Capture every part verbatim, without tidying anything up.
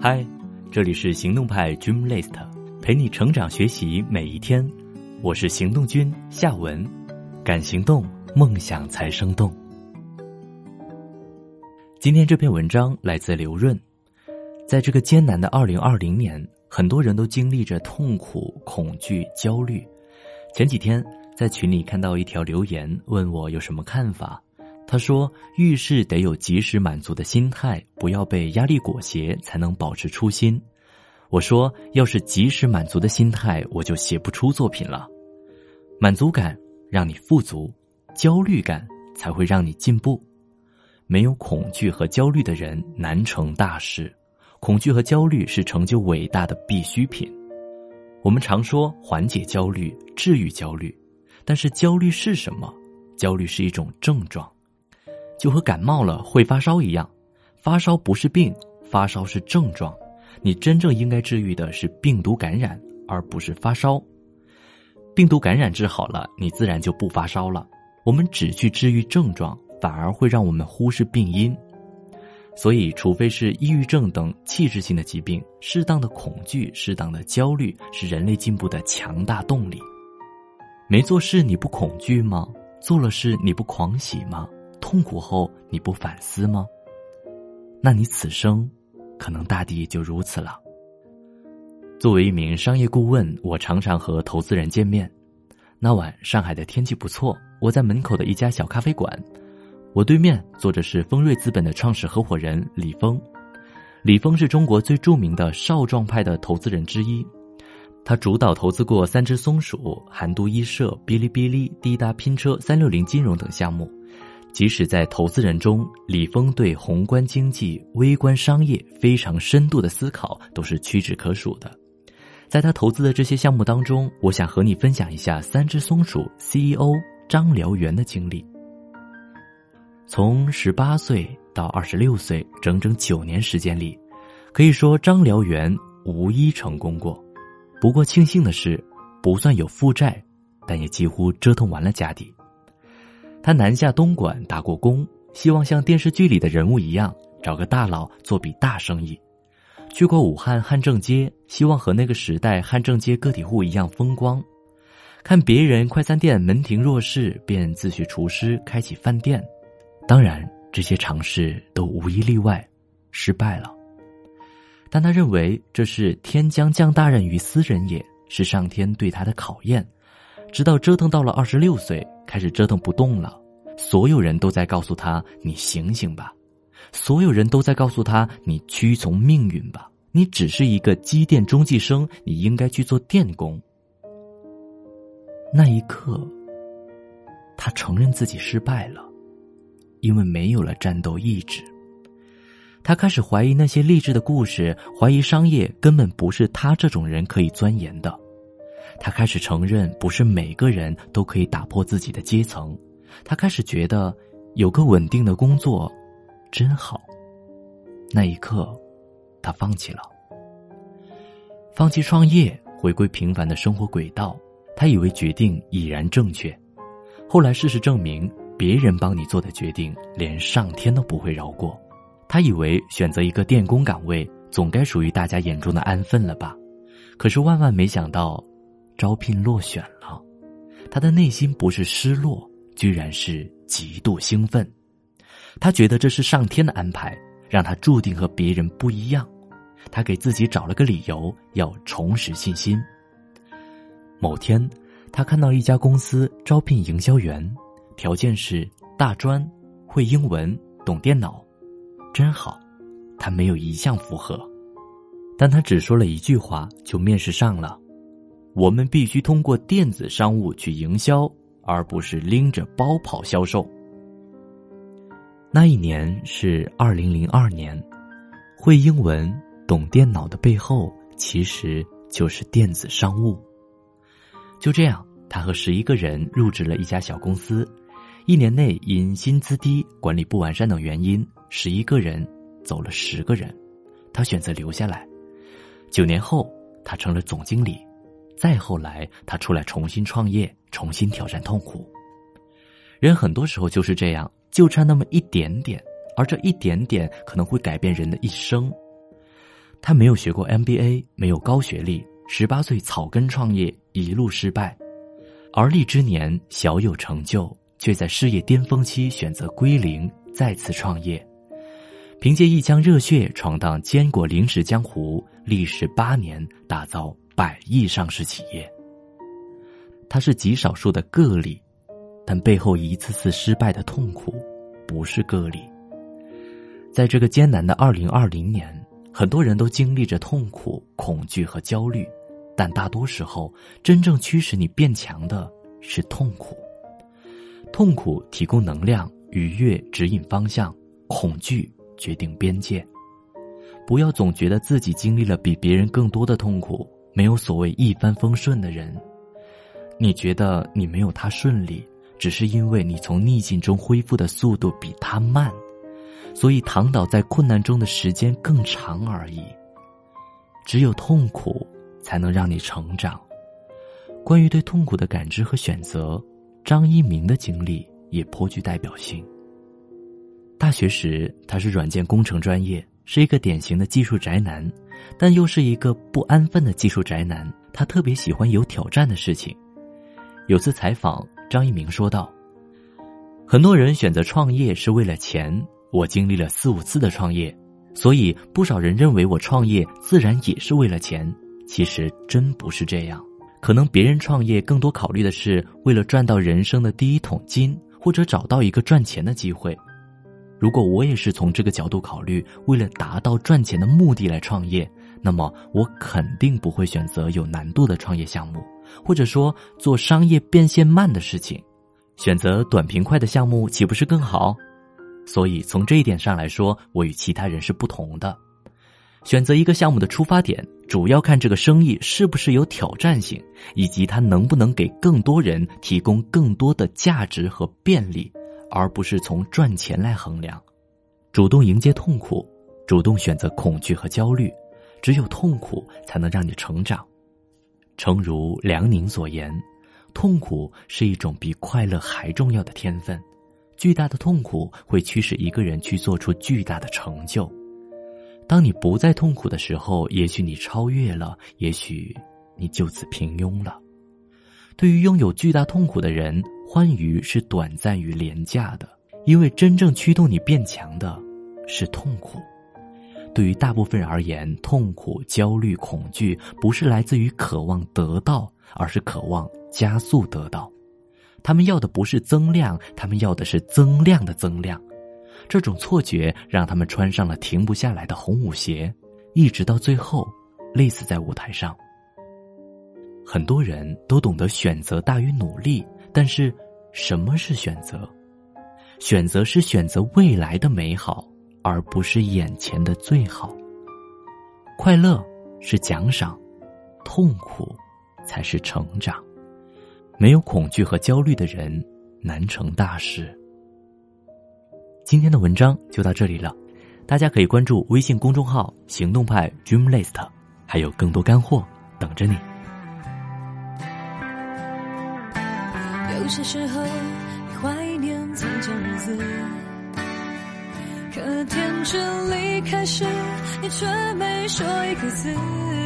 嗨，这里是行动派 Dreamlist， 陪你成长学习每一天。我是行动君夏文，敢行动，梦想才生动。今天这篇文章来自刘润。在这个艰难的二零二零年，很多人都经历着痛苦、恐惧、焦虑。前几天在群里看到一条留言，问我有什么看法。他说，遇事得有及时满足的心态，不要被压力裹挟，才能保持初心。我说，要是及时满足的心态，我就写不出作品了。满足感让你富足，焦虑感才会让你进步。没有恐惧和焦虑的人难成大事，恐惧和焦虑是成就伟大的必需品。我们常说缓解焦虑，治愈焦虑，但是焦虑是什么？焦虑是一种症状，就和感冒了会发烧一样，发烧不是病，发烧是症状。你真正应该治愈的是病毒感染，而不是发烧。病毒感染治好了，你自然就不发烧了。我们只去治愈症状，反而会让我们忽视病因。所以除非是抑郁症等器质性的疾病，适当的恐惧，适当的焦虑是人类进步的强大动力。没做事你不恐惧吗？做了事你不狂喜吗？痛苦后你不反思吗？那你此生可能大抵就如此了。作为一名商业顾问，我常常和投资人见面。那晚上海的天气不错，我在门口的一家小咖啡馆，我对面坐着是丰瑞资本的创始合伙人李峰。李峰是中国最著名的少壮派的投资人之一，他主导投资过三只松鼠、韩都衣舍、哔哩哔哩、滴答拼车、三六零金融等项目。即使在投资人中，李峰对宏观经济、微观商业非常深度的思考都是屈指可数的。在他投资的这些项目当中，我想和你分享一下三只松鼠 C E O 张燎原的经历。从十八岁到二十六岁，整整九年时间里，可以说张燎原无一成功过。不过庆幸的是，不算有负债，但也几乎折腾完了家底。他南下东莞打过工，希望像电视剧里的人物一样，找个大佬做笔大生意。去过武汉汉正街，希望和那个时代汉正街个体户一样风光。看别人快餐店门庭若市，便自学厨师开启饭店。当然这些尝试都无一例外失败了，但他认为这是天将降大任于斯人也，是上天对他的考验。直到折腾到了二十六岁，开始折腾不动了，所有人都在告诉他，你醒醒吧。所有人都在告诉他，你屈从命运吧，你只是一个机电中技生，你应该去做电工。那一刻，他承认自己失败了，因为没有了战斗意志。他开始怀疑那些励志的故事，怀疑商业根本不是他这种人可以钻研的。他开始承认，不是每个人都可以打破自己的阶层。他开始觉得，有个稳定的工作真好。那一刻，他放弃了，放弃创业，回归平凡的生活轨道。他以为决定已然正确，后来事实证明，别人帮你做的决定，连上天都不会饶过。他以为选择一个电工岗位，总该属于大家眼中的安分了吧？可是万万没想到，招聘落选了。他的内心不是失落，居然是极度兴奋。他觉得这是上天的安排，让他注定和别人不一样。他给自己找了个理由，要重拾信心。某天，他看到一家公司招聘营销员，条件是大专、会英文、懂电脑。真好，他没有一项符合。但他只说了一句话，就面试上了。我们必须通过电子商务去营销，而不是拎着包跑销售。那一年是二零零二年，会英文、懂电脑的背后，其实就是电子商务。就这样，他和十一个人入职了一家小公司。一年内因薪资低、管理不完善等原因，十一个人走了十个人，他选择留下来。九年后，他成了总经理。再后来，他出来重新创业，重新挑战痛苦。人很多时候就是这样，就差那么一点点，而这一点点可能会改变人的一生。 他没有学过 M B A， 没有高学历，十八岁草根创业，一路失败。而立之年小有成就，却在事业巅峰期选择归零，再次创业。凭借一腔热血闯荡坚果零食江湖，历时八年打造百亿上市企业。他是极少数的个例，但背后一次次失败的痛苦不是个例。在这个艰难的二零二零年，很多人都经历着痛苦、恐惧和焦虑，但大多时候真正驱使你变强的是痛苦。痛苦提供能量，愉悦指引方向，恐惧决定边界。不要总觉得自己经历了比别人更多的痛苦，没有所谓一帆风顺的人。你觉得你没有他顺利，只是因为你从逆境中恢复的速度比他慢，所以躺倒在困难中的时间更长而已。只有痛苦才能让你成长。关于对痛苦的感知和选择，张一鸣的经历也颇具代表性。大学时，他是软件工程专业，是一个典型的技术宅男，但又是一个不安分的技术宅男。他特别喜欢有挑战的事情。有次采访，张一鸣说道：很多人选择创业是为了钱，我经历了四五次的创业，所以不少人认为我创业自然也是为了钱。其实真不是这样，可能别人创业更多考虑的是为了赚到人生的第一桶金，或者找到一个赚钱的机会。如果我也是从这个角度考虑，为了达到赚钱的目的来创业，那么我肯定不会选择有难度的创业项目，或者说做商业变现慢的事情。选择短平快的项目岂不是更好？所以从这一点上来说，我与其他人是不同的。选择一个项目的出发点，主要看这个生意是不是有挑战性，以及它能不能给更多人提供更多的价值和便利，而不是从赚钱来衡量。主动迎接痛苦，主动选择恐惧和焦虑，只有痛苦才能让你成长。诚如梁宁所言，痛苦是一种比快乐还重要的天分。巨大的痛苦会驱使一个人去做出巨大的成就。当你不再痛苦的时候，也许你超越了，也许你就此平庸了。对于拥有巨大痛苦的人，欢愉是短暂与廉价的，因为真正驱动你变强的是痛苦。对于大部分人而言，痛苦、焦虑、恐惧不是来自于渴望得到，而是渴望加速得到。他们要的不是增量，他们要的是增量的增量。这种错觉让他们穿上了停不下来的红舞鞋，一直到最后累死在舞台上。很多人都懂得选择大于努力，但是什么是选择？选择是选择未来的美好，而不是眼前的最好。快乐是奖赏，痛苦才是成长。没有恐惧和焦虑的人难成大事。今天的文章就到这里了，大家可以关注微信公众号行动派 Dreamlist， 还有更多干货等着你。 有些时候你怀念从前日子，可天真离开时，你却没说一个字。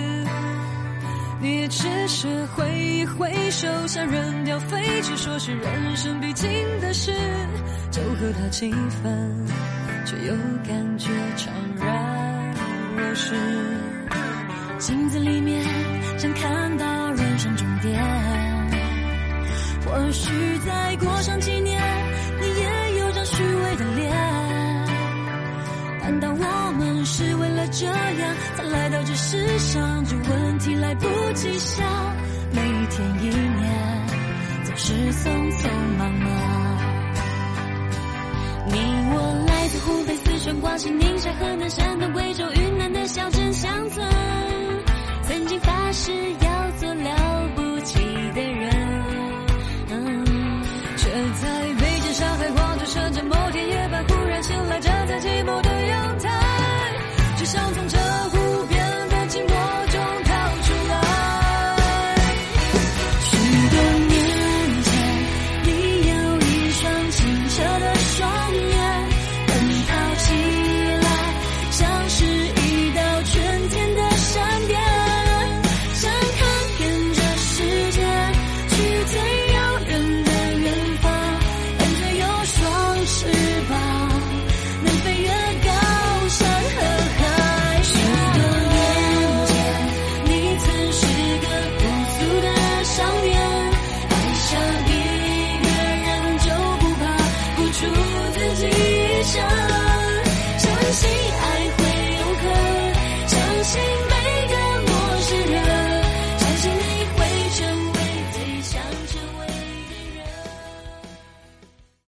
你只是挥一挥手，想扔掉废纸，说是人生必经的事，就和他气愤，却又感觉怅然若失。镜子里面想看到人生终点，或许再过上几年，你也有张虚伪的脸。难道我们是为了这样才来到这世上？这问题来不及想，每一天一年总是匆匆忙忙。你我来自湖北、四川、广西、宁夏、河南、山东、贵州、云南的小镇乡村，曾经发誓要做了不起的人，嗯，却在北京、上海、广州、深圳某天夜半忽然醒来，站在寂寞的阳台，只想从这